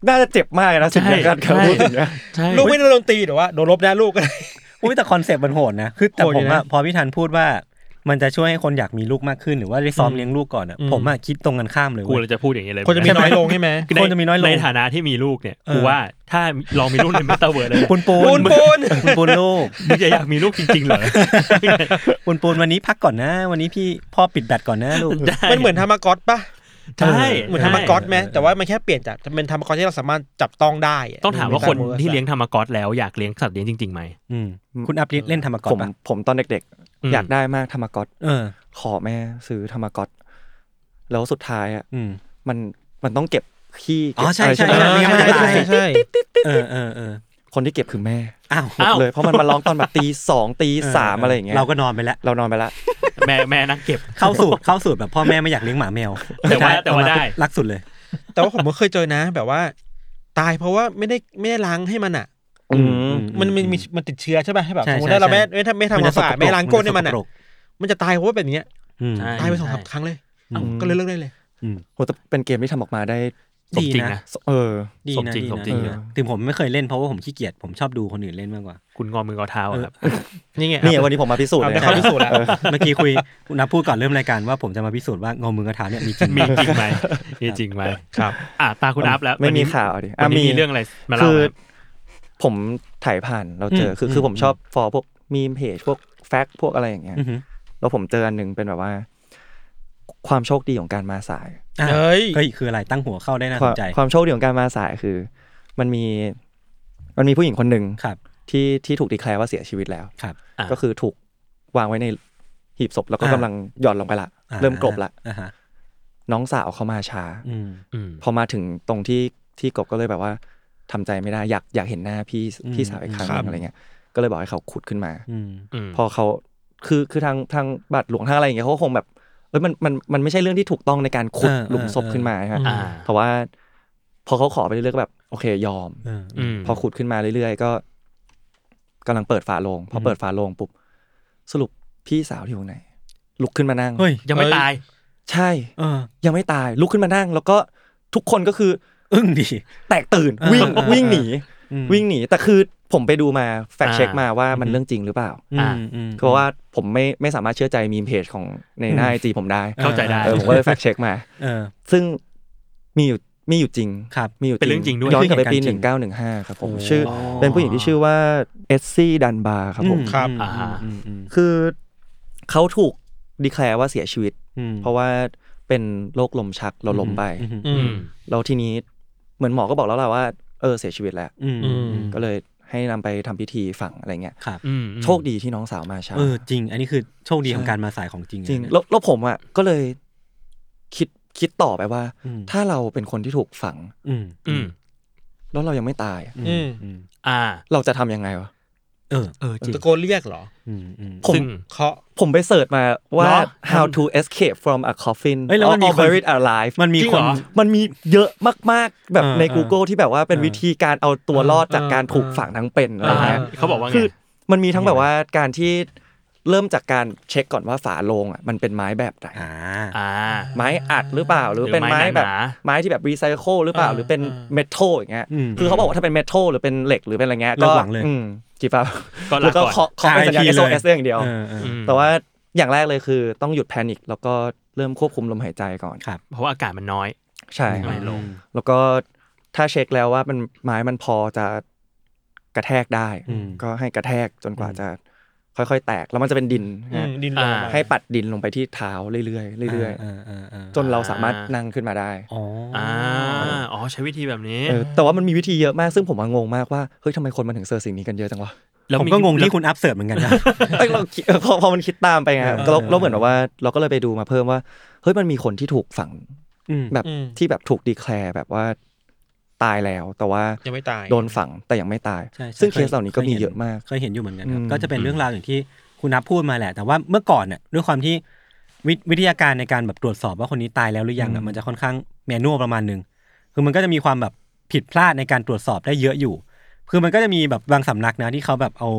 น่าจะเจ็บมากนะสิ่งที่การพูดถึงนะลูกไม่โดนตีหรือว่าโดนลบนะลูกอุ้ยแต่คอนเซ็ปต์มันโหดนะคือแต่ผมพอพี่ธันพูดว่ามันจะช่วยให้คนอยากมีลูกมากขึ้นหรือว่าได้ซ้อมเลี้ยงลูกก่อนผมคิดตรงกันข้ามเลยกูเลยจะพูดอย่างนี้เลยคนจะมีน้อยลงใช่ไหมคนจะมีน้อยลงในฐานะที่มีลูกเนี่ยกูว่าถ้าลองมีลูกในเมตาเวิร์สเลยปูนลูกมึงจะอยากมีลูกจริงๆเหรอปูนวันนี้พักก่อนนะวันนี้พี่พ่อปิดแบตก่อนนะลูกมันเหมือนทามากอตป่ะใช่เหมือนทามากอตไหมแต่ว่ามันแค่เปลี่ยนจากเป็นทามากอตที่เราสามารถจับต้องได้ต้องถามว่าคนที่เลี้ยงทามากอตแล้วอยากเลี้ยงสัตว์เลี้ยงจริงๆไหมคุณอัพเล่นทามากอตป่ะผมตอนเด็กๆอยากได้มากทามากอตขอแม่ซื้อทามากอตแล้วสุดท้ายอ่ะมันต้องเก็บขี้อ๋อใช่ใช่ใช่คนที่เก็บคือแม่เลยเพราะมันมาร้องตอนแบบตี 2 ตี 3อะไรอย่างเงี้ยเราก็นอนไปแล้วเรานอนไปแล้วแม่นั่งเก็บเข้าสูตรแบบพ่อแม่ไม่อยากเลี้ยงหมาแมวแต่ว่าได้รักสุดเลยแต่ว่าผมก็เคยเจอนะแบบว่าตายเพราะว่าไม่ได้ล้างให้มันอ่ะมันติดเชื้อใช่ป่ะให้แบบสมมติถ้าเราไม่ทำความสะอาดไม่ล้างก้นให้มันอ่ะมันจะตายเพราะว่าแบบนี้ตายไป 2-3 ครั้งเลยก็เลยเลิกได้เลยโหแต่เป็นเกมที่ทำออกมาได้ดีนะดีนะถึงผมไม่เคยเล่นเพราะว่าผมขี้เกียจผมชอบดูคนอื่นเล่นมากกว่าคุณงอมืองอเท้าครับนี่ไงวันนี้ผมมาพิสูจน์เลยเขาพิสูจน์แล้วเมื่อกี้คุยคุณนับพูดก่อนเริ่มรายการว่าผมจะมาพิสูจน์ว่างอมืองอเท้าเนี่ยมีจริงไหมมีจริงไหมครับตาคุณอัพแล้วไม่มีข่าวดิมีเรื่องอะไรมาเล่าผมถ่ายผ่านเราเจอคือผมชอบฟอลพวกมีมเพจพวกแฟกต์พวกอะไรอย่างเงี้ยแล้วผมเจออันนึงเป็นแบบว่าความโชคดีของการมาสายเฮ้ยคืออะไรตั้งหัวเข้าได้น่าสนใจความโชคดีของการมาสายคือมันมีผู้หญิงคนหนึ่งที่ถูกดีแคลร์ว่าเสียชีวิตแล้วก็คือถูกวางไว้ในหีบศพแล้วก็กำลังหย่อนลงไปละเริ่มกลบละน้องสาวเขามาช้าพอมาถึงตรงที่กลบก็เลยแบบว่าทำใจไม่ได้อยากเห็นหน้าพี่สาวอีกครั้งอะไรเงี้ยก็เลยบอกให้เขาขุดขึ้นมาพอเขาคือทางบาทหลวงทางอะไรอย่างเงี้ยเขาคงแบบมันไม่ใช่เรื่องที่ถูกต้องในการขุดหลุมศพขึ้นมาฮะเพราะว่าพอเขาขอไปเรื่อยๆก็แบบโอเคยอมพอขุดขึ้นมาเรื่อยๆก็กำลังเปิดฝาโลงพอเปิดฝาโลงปุ๊บสรุปพี่สาวที่อยู่ไหนลุกขึ้นมานั่งยังไม่ตายใช่ยังไม่ตายลุกขึ้นมานั่งแล้วก็ทุกคนก็คืออึ้งดิแตกตื่นวิ่งหนีแต่คือผมไปดูมาแฟกต์เช็คมาว่ามันเรื่องจริงหรือเปล่าเพราะว่าผมไม่สามารถเชื่อใจมีมเพจของในหน้า IG ผมได้เข้าใจได้ผมก็เลยแฟกต์เช็คมาซึ่งมีอยู่จริงมีอยู่เป็นเรื่องจริงด้วยย้อนกลับไปปี1915ครับผมชื่อเป็นผู้หญิงที่ชื่อว่าเอสซี่ดันบาร์ครับผมครับคือเขาถูกดีแคลร์ว่าเสียชีวิตเพราะว่าเป็นโรคลมชักเราล้มไปแล้วทีนี้เหมือนหมอก็บอกแล้วแหละว่าเสียชีวิตแล้วก็เลยให้นำไปทำพิธีฝังอะไรเงี้ยโชคดีที่น้องสาวมาช้าจริงอันนี้คือโชคดีของการมาสายของจริงจริงแล้วผมอ่ะก็เลยคิดต่อไปว่าถ้าเราเป็นคนที่ถูกฝังแล้วเรายังไม่ตายเราจะทำยังไงวะตะโกนเรียกเหรอผมไปเสิร์ชมาว่า how to escape from a coffin or buried alive มันมีเยอะมากๆแบบใน Google ที่แบบว่าเป็นวิธีการเอาตัวรอดจากการถูกฝังทั้งเป็นอะไรเงี้ยเขาบอกว่าไงคือมันมีทั้งแบบว่าการที่เริ่มจากการเช็คก่อนว่าฝาโลงอ่ะมันเป็นไม้แบบไหนไม้อัดหรือเปล่าหรือเป็นไม้แบบไม้ที่แบบรีไซเคิลหรือเปล่าหรือเป็นเมทัลอย่างเงี้ยคือเขาบอกว่าถ้าเป็นเมทัลหรือเป็นเหล็กหรือเป็นอะไรเงี้ยก็จีบแล้วก็เคาะเป็นสัญญาณ SOS อย่างเดียวแต่ว่าอย่างแรกเลยคือต้องหยุดแพนิคแล้วก็เริ่มควบคุมลมหายใจก่อนเพราะว่าอากาศมันน้อยใช่แล้วก็ถ้าเช็คแล้วว่ามันไม้มันพอจะกระแทกได้ก็ให้กระแทกจนกว่าจะค่อยๆแตกแล้วมันจะเป็นดินให้ปัดดินลงไปที่เท้าเรื่อยๆเรื่อยๆจนเราสามารถนั่งขึ้นมาได้ใช้วิธีแบบนี้แต่ว่ามันมีวิธีเยอะมากซึ่งผมงงมากว่าเฮ้ยทำไมคนมันถึงเสิร์ชสิ่งนี้กันเยอะจังวะผมก็งงที่คุณอัพเสิร์ชเหมือนกันนะพอมันคิดตามไปไงเราเหมือนว่าเราก็เลยไปดูมาเพิ่มว่าเฮ้ยมันมีคนที่ถูกฝังแบบที่แบบถูกดีแคลร์แบบว่าตายแล้วแต่ว่ายังไม่ตายโดนฝังแต่ยังไม่ตายซึ่งเคสเหล่านี้ก็มีเยอะมากเคยเห็นอยู่เหมือนกันครับก็จะเป็นเรื่องราวอย่างที่คุณนับพูดมาแหละแต่ว่าเมื่อก่อนเนี่ยด้วยความที่วิทยาการในการแบบตรวจสอบว่าคนนี้ตายแล้วหรือยังมันจะค่อนข้างแมนนวลประมาณนึงคือมันก็จะมีความแบบผิดพลาดในการตรวจสอบได้เยอะอยู่คือมันก็จะมีแบบบางสำนักนะที่เขาแบบเอา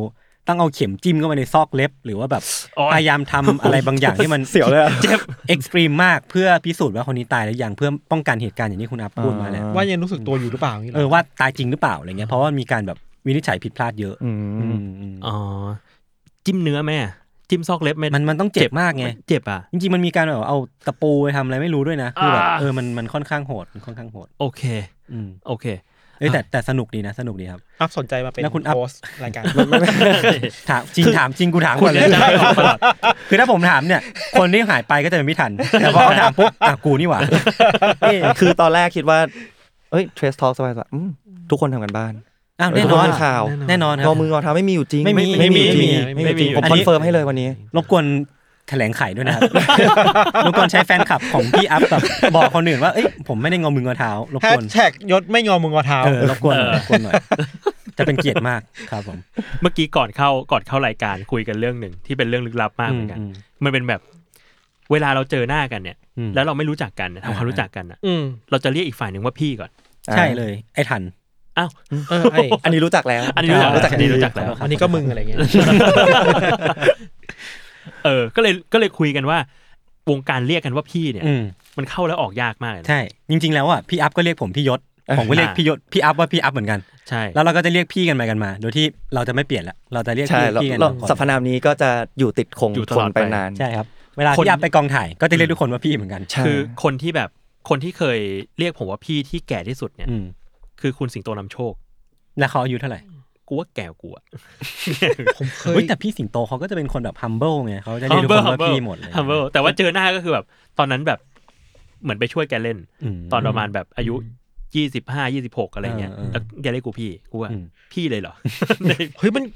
ต้องเอาเข็มจิ้มเข้ามาในซอกเล็บหรือว่าแบบพยายามทำอะไรบางอย่างที่มันเสียวเลยเจ็บเอ็กซ์ตรีมมากเพื่อพิสูจน์ว่าคนนี้ตายหรือยังเพื่อป้องกันเหตุการณ์อย่างที่คุณอัพพูดมาแหละว่ายังรู้สึกตัวอยู่หรือเปล่าว่าตายจริงหรือเปล่าอะไรเงี้ยเพราะว่ามีการแบบวินิจฉัยผิดพลาดเยอะอ๋อจิ้มเนื้อแม่จิ้มซอกเล็บมันต้องเจ็บมากไงเจ็บอ่ะจริงๆมันมีการแบบเอาตะปูไปทำอะไรไม่รู้ด้วยนะคือแบบมันค่อนข้างโหดโอเคโอเคแต่สนุกดีนะสนุกดีครับอัพสนใจมาเป็นโค้ชรายการถามจริงกูถามก่อนเลยคือถ้าผมถามเนี่ยคนที่หายไปก็จะไม่ทันแต่พอเขาถามปุ๊บกูนี่หว่าคือตอนแรกคิดว่าเทรสทอล์กสบายๆทุกคนทำกันบ้านแน่นอนข่าวแน่นอนครับงอมืองอเท้าไม่มีอยู่จริงไม่มีผมคอนเฟิร์มให้เลยวันนี้รบกวนแถลงไขด้วยนะครับรบกวนใช้แฟนคลับของพี่อัพแบบบอกคนอื่นว่าผมไม่ได้งอมืองอเท้ารบกวนแท็กยศไม่งอมืองอเท้ารบกวนหน่อยจะเป็นเกียรติมากครับผมเมื่อกี้ก่อนเข้ารายการคุยกันเรื่องนึงที่เป็นเรื่องลึกลับมากเหมือนกันมันเป็นแบบเวลาเราเจอหน้ากันเนี่ยแล้วเราไม่รู้จักกันทำความรู้จักกันเราจะเรียกอีกฝ่ายนึงว่าพี่ก่อนใช่เลยไอ้ทันอ้าวอันนี้รู้จักแล้วอันนี้รู้จักแล้วอันนี้ก็มึงอะไรเงี้ยก็เลยคุยกันว่าวงการเรียกกันว่าพี่เนี่ยมันเข้าแล้วออกยากมากเลยใช่จริงๆแล้วอ่ะพี่อัพก็เรียกผมพี่ยศผมก็เรียกพี่ยศพี่อัพว่าพี่อัพเหมือนกันใช่แล้วเราก็จะเรียกพี่กันไปกันมาโดยที่เราจะไม่เปลี่ยนละเราจะเรียกพี่กันสรรพนามนี้ก็จะอยู่ติดคงทนไปนานใช่ครับเวลาพี่อัพไปกองถ่ายก็จะเรียกทุกคนว่าพี่เหมือนกันคือคนที่เคยเรียกผมว่าพี่ที่แก่ที่สุดเนี่ยคือคุณสิงโตนำโชคแล้วเขาอายุเท่าไหร่กูว่าแก่กูอ่ะผมเคยแต่พี่สิงโตเขาก็จะเป็นคนแบบ humble ไงเขาจะเรียกทุกคนว่าพี่หมดเลย humble แต่ว่าเจอหน้าก็คือแบบตอนนั้นแบบเหมือนไปช่วยแกเล่นตอนประมาณแบบอายุ25-26อะไรเงี้ยแล้วแกเรียกกูพี่กูว่าพี่เลยเหรอเฮ้ยมัน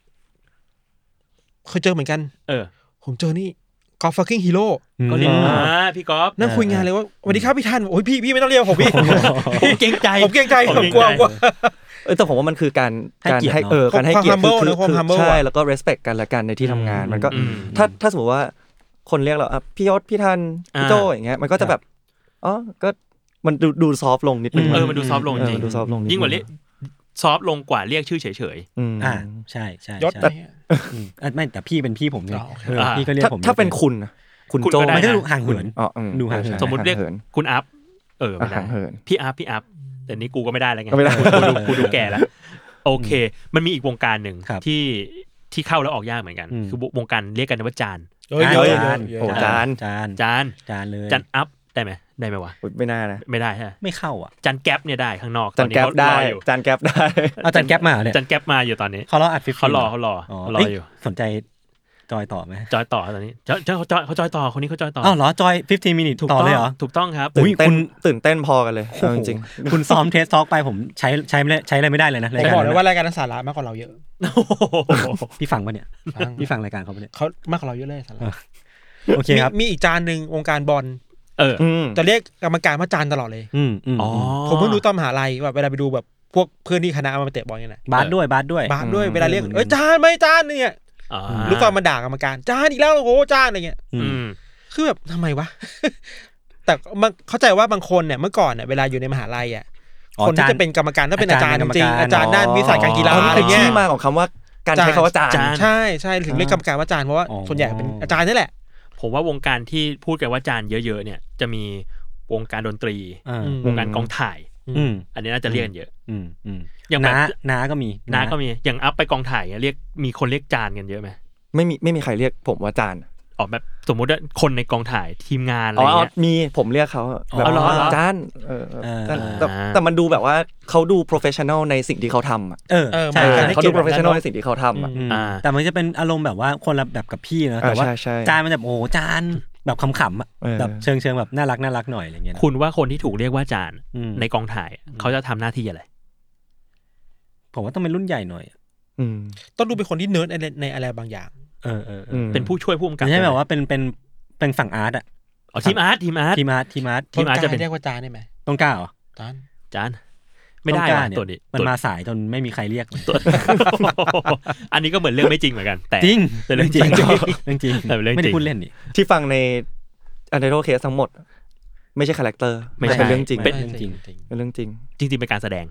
เคยเจอเหมือนกันผมเจอนี่กอล์ฟฟักกิ้งฮีโร่ก็เรียกพี่กอล์ฟนั่งคุยงานเลยว่าสวัสดีครับพี่ท่านโอ้ยพี่ไม่ต้องเรียกผมพี่ผมเกรงใจผมกลัวแต่ผมว่ามันคือการให้การให้เกียรติคือใช่แล้วก็ respect กันละกันในที่ทำงานมันก็ถ้าสมมติว่าคนเรียกเราพี่ยศพี่ทันพี่โจอย่างเงี้ยมันก็จะแบบก็มันดูซอฟต์ลงนิดนึงมันดูซอฟต์ลงจริงดูซอฟต์ลงยิ่งกว่าเรียกซอฟต์ลงกว่าเรียกชื่อเฉยๆใช่ยศไม่แต่พี่เป็นพี่ผมไงพี่ก็เรียกผมถ้าเป็นคุณโจมันก็ดูห่างเหินดูห่างเหินสมมติเรียกคุณอัพไม่ได้พี่อัพแต่นี้กูก็ไม่ได้แล้วไงกูดูแก่แล้วโอเคมันมีอีกวงการหนึ่งที่เข้าแล้วออกยากเหมือนกันคือวงการเรียกกันว่าจานจานเลยจานอัพได้ไหมวะไม่น่านะไม่ได้ใช่ไม่เข้าอ่ะจานแก๊ปเนี่ยได้ข้างนอกจานแก๊ปได้จานแก๊ปได้เอาจานแก๊ปมาเนี่ยจานแก๊ปมาอยู่ตอนนี้เขารออัดเขารออยู่สนใจจอยต่อไหมจอยต่อตอนนี้เขาจอยต่อคนนี้เขาจอยต่อเหรอจอย15 minutes ต่อเลยเหรอถูกต้องครับตื่นเต้นพอกันเลยจริงๆคุณซ้อมเทสท็อกไปผมใช้อะไรไม่ได้เลยนะผมบอกเลยว่ารายการสาระมากกว่าเราเยอะพี่ฟังป่ะเนี่ยพี่ฟังรายการเขาป่ะเนี่ยเขามากกว่าเราเยอะเลยสาระโอเคครับมีอีกจานนึงวงการบอลจะเรียกกรรมการว่าจานตลอดเลยผมเพิ่งรู้ตอนมหาลัยว่าเวลาไปดูแบบพวกเพื่อนที่คณะมาเตะบอลนี่แหละบาสด้วยเวลาเรียกจานไม่จานเนี่ยรู้ตอนมาด่ากรรมการจานอีกแล้วโอ้โหจานอะไรเงี้ยคือแบบทำไมวะแต่มันเข้าใจว่าบางคนเนี่ยเมื่อก่อนเนี่ยเวลาอยู่ในมหาลัยคนที่จะเป็นกรรมการถ้าเป็นอาจารย์จริงอาจารย์ด้านวิชาการกีฬาอะไรเงี้ยที่มาของคำว่าการใช้คำว่าจานใช่ถึงเรียกกรรมการว่าจานเพราะว่าส่วนใหญ่เป็นอาจารย์นี่แหละผมว่าวงการที่พูดกันว่าจานเยอะๆเนี่ยจะมีวงการดนตรีวงการกองถ่ายอันนี้น่าจะเรียกกันเยอะอย่างน้าก็มีอย่างอัพไปกองถ่ายเรียกมีคนเรียกจานกันเยอะไหมไม่มีใครเรียกผมว่าจานแบบสมมติว่าคนในกองถ่ายทีมงานอะไรเงี้ยมีผมเรียกเขาแบบจานแต่มันดูแบบว่าเขาดู professional ในสิ่งที่เขาทำใช่เขาดู professional ในสิ่งที่เขาทำแต่มันจะเป็นอารมณ์แบบว่าคนละแบบกับพี่นะแต่ว่าจานมันแบบโอ้จานแบบขำๆแบบเชิงแบบน่ารักหน่อยอะไรเงี้ยคุณว่าคนที่ถูกเรียกว่าจานในกองถ่ายเขาจะทำหน้าที่อะไรผมว่าต้องเป็นรุ่นใหญ่หน่อยต้องดูเป็นคนที่เนิร์ดในอะไรบางอย่างเป็นผู้ช่วยผู้กำกับไม่ใช่แบบว่าเป็นฝั่งอาร์ตอ่ะทีมอาร์ตจะเป็นเรียกว่าจานได้ไหมต้องกล้าเหรอจานไม่ได้ตัวนี้มันมาสายจนไม่มีใครเรียกอันนี้ก็เหมือนเรื่องไม่จริงเหมือนกันแต่จริงเรื่องจริงไม่ได้พูดเล่นนี่ที่ฟังในอันเดอร์เคสทั้งหมดไม่ใช่คาแรคเตอร์ไม่ใช่เรื่องจริงเป็นเรื่องจริงจริงเป็นการแสดง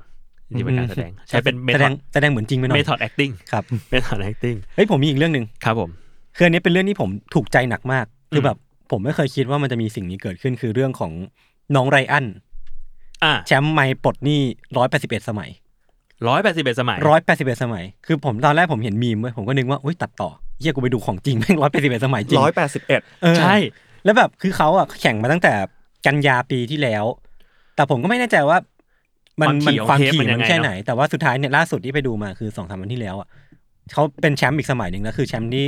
จริงๆเป็นการแสดงใช้เป็นแสดงเหมือนจริงไปหน่อย method acting ครับ method acting เฮ้ยผมมีอีกเรื่องนึงครับผมคืออันนี้เป็นเรื่องที่ผมถูกใจหนักมากคือแบบผมไม่เคยคิดว่ามันจะมีสิ่งนี้เกิดขึ้นคือเรื่องของน้องไรอันแชมป์ไมค์ปลดหนี้181สมัย 181สมัย 181สมัยคือผมตอนแรกผมเห็นมีมเว้ยผมก็นึกว่าอุ๊ยตัดต่อเหี้ยกูไปดูของจริงแม่ง181สมัยจริง 181 ใช่แล้วแบบคือเขาอ่ะแข่งมาตั้งแต่กันยาปีที่แล้วแต่ผมก็ไม่แน่ใจว่ามันความถี่มันแค่ไหนแต่ว่าสุดท้ายเนี่ยล่าสุดที่ไปดูมาคือ 2-3 วันที่แล้วอ่ะเขาเป็นแชมป์อีกสมัยนึงแล้วคือแชมป์ที่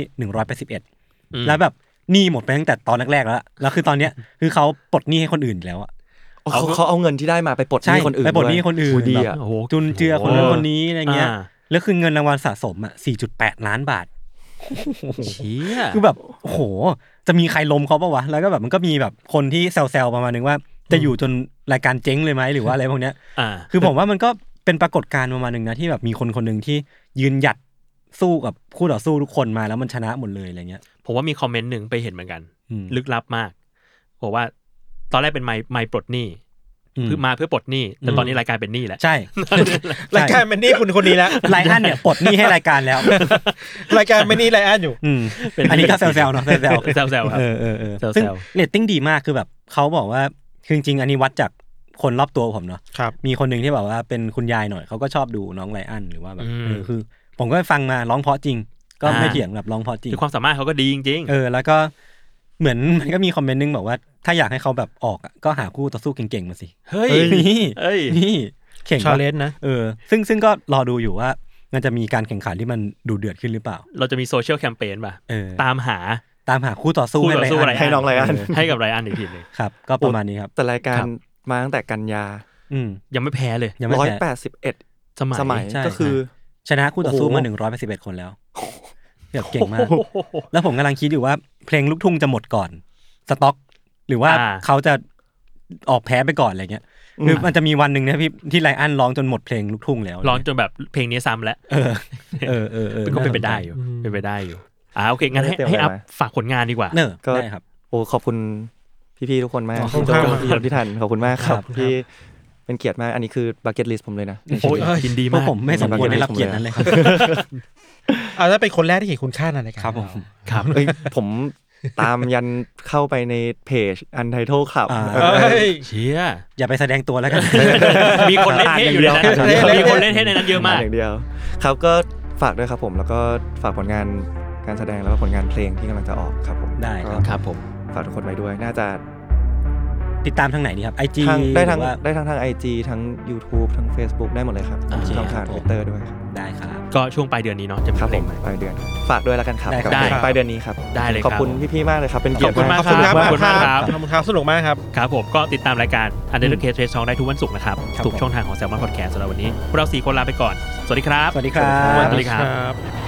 181แล้วแบบหนี้หมดไปตั้งแต่ตอนแรกๆแล้วคือตอนเนี้ยคือเขาปลดหนี้ให้คนอื่นแล้วอ่ะเขาเอาเงินที่ได้มาไปปลดหนี้คนอื่นไปปลดหนี้คนอื่นดีอ่ะจุนเจือคนนั้นคนนี้อะไรเงี้ยแล้วคือเงินรางวัลสะสมอ่ะ 4.8 ล้านบาทเชี่ยคือแบบโอ้โหจะมีใครล้มเขาป่ะวะแล้วก็แบบมันก็มีแบบคนที่แซวๆประมาณนึงว่าจะอยู่จนรายการเจ๊งเลยไหมหรือว่าอะไรพวกเนี้ยคือผมว่ามันก็เป็นปรากฏการณ์ประมาณนึงนะที่แบบมีคนนึงที่ยืนหยัดสู้กับคู่ต่อสู้ทุกคนมาแล้วมันชนะหมดเลยอะไรเงี้ยผมว่ามีคอมเมนต์นึงไปเห็นเหมือนกันลึกลับมากบอกว่าตอนแรกเป็นไมค์ปลดหนี้เพื่อปลดหนี้แต่ตอนนี้รายการเป็นหนี้แล้วใช่รายการเป็นหนี้คนนี้แล้วไลอ้อนเนี่ยปลดหนี้ให้รายการแล้วรายการเป็นหนี้ไลอ้อนอยู่อันนี้ก็แซวๆเนาะแซวๆครับซึ่งเรตติ้งดีมากคือแบบเขาบอกว่าคือจริงๆอันนี้วัดจากคนรอบตัวผมเนาะมีคนนึงที่แบบว่าเป็นคุณยายหน่อยเขาก็ชอบดูน้องไลอ้อนหรือว่าแบบคือผมก็ฟังมาร้องเพราะจริงก็ไม่เถียงแบบร้องเพราะจริงคือความสามารถเขาก็ดีจริงๆแล้วก็เหมือนมันก็มีคอมเมนต์นึงบอกว่าถ้าอยากให้เขาแบบออกก็หาคู่ต่อสู้เก่งๆมาสิเฮ้ยนี่เข่งชาเลนจ์นะซึ่งก็รอดูอยู่ว่ามันจะมีการแข่งขันที่มันดูเดือดขึ้นหรือเปล่าเราจะมีโซเชียลแคมเปญป่ะตามหาคู่ต่อสู้ให้น้องไรอันให้กับไรอันอีกทีนึงครับก็ประมาณนี้ครับแต่รายการมาตั้งแต่กันยายังไม่แพ้เลย 181สมัยก็คือชนะคู่ต่อสู้มา181คนแล้วแบบเก่งมากแล้วผมกำลังคิดอยู่ว่าเพลงลูกทุ่งจะหมดก่อนสต็อกหรือว่าเขาจะออกแพ้ไปก่อนอะไรเงี้ยคือมันจะมีวันนึงนะพี่ที่ไลอ้อนร้องจนหมดเพลงลูกทุ่งแล้วร้องจนแบบเพลงนี้ซ้ำแล้วก็เป็นไปได้อยู่โอเคงั้นให้อัพฝากผลงานดีกว่าก็ได้ครับโอ้ขอบคุณพี่ๆทุกคนมากพี่โจพี่ทันขอบคุณมากครับพี่เป็นเกียรติมากอันนี้คือบักเก็ตลิสต์ผมเลยนะโอ้ยยินดีมากผมไม่สมควรได้รับเกียรตินั้นเลยครับถ้าเป็นคนแรกที่เห็นคุณค่าในรายการครับผมตามยันเข้าไปในเพจ Untitled Club เชี่ยอย่าไปแสดงตัวแล้วกันมีคนเล่นเทอยู่ในนั้นมีคนเล่นเทในนั้นเยอะมากอย่างเดียวครับก็ฝากด้วยครับผมแล้วก็ฝากผลงานการแสดงแล้วก็ผลงานเพลงที่กำลังจะออกครับผมได้ครับผมฝากทุกคนไว้ด้วยน่าจะติดตามทางไหนดีครับ IG ได้ทั้ง IG ทั้ง YouTube ทั้ง Facebook ได้หมดเลยครับช่องทาง Twitter ด้วยครับได้ครับก็ช่วงปลายเดือนนี้เนาะจะมีเพลงใหม่ปลายเดือนฝากด้วยแล้วกันครับปลายเดือนนี้ครับได้เลยขอบคุณพี่ๆมากเลยครับเป็นเกียรติมากขอบคุณครับขอบคุณครับสนุกมากครับครับผมก็ติดตามรายการ Untitled Case Trace Talk ได้ทุกวันศุกร์นะครับทุกช่องทางของ Salmon Podcast สำหรับวันนี้พวกเรา4คนลาไปก่อนสวัสดีครับสวัสดีครับ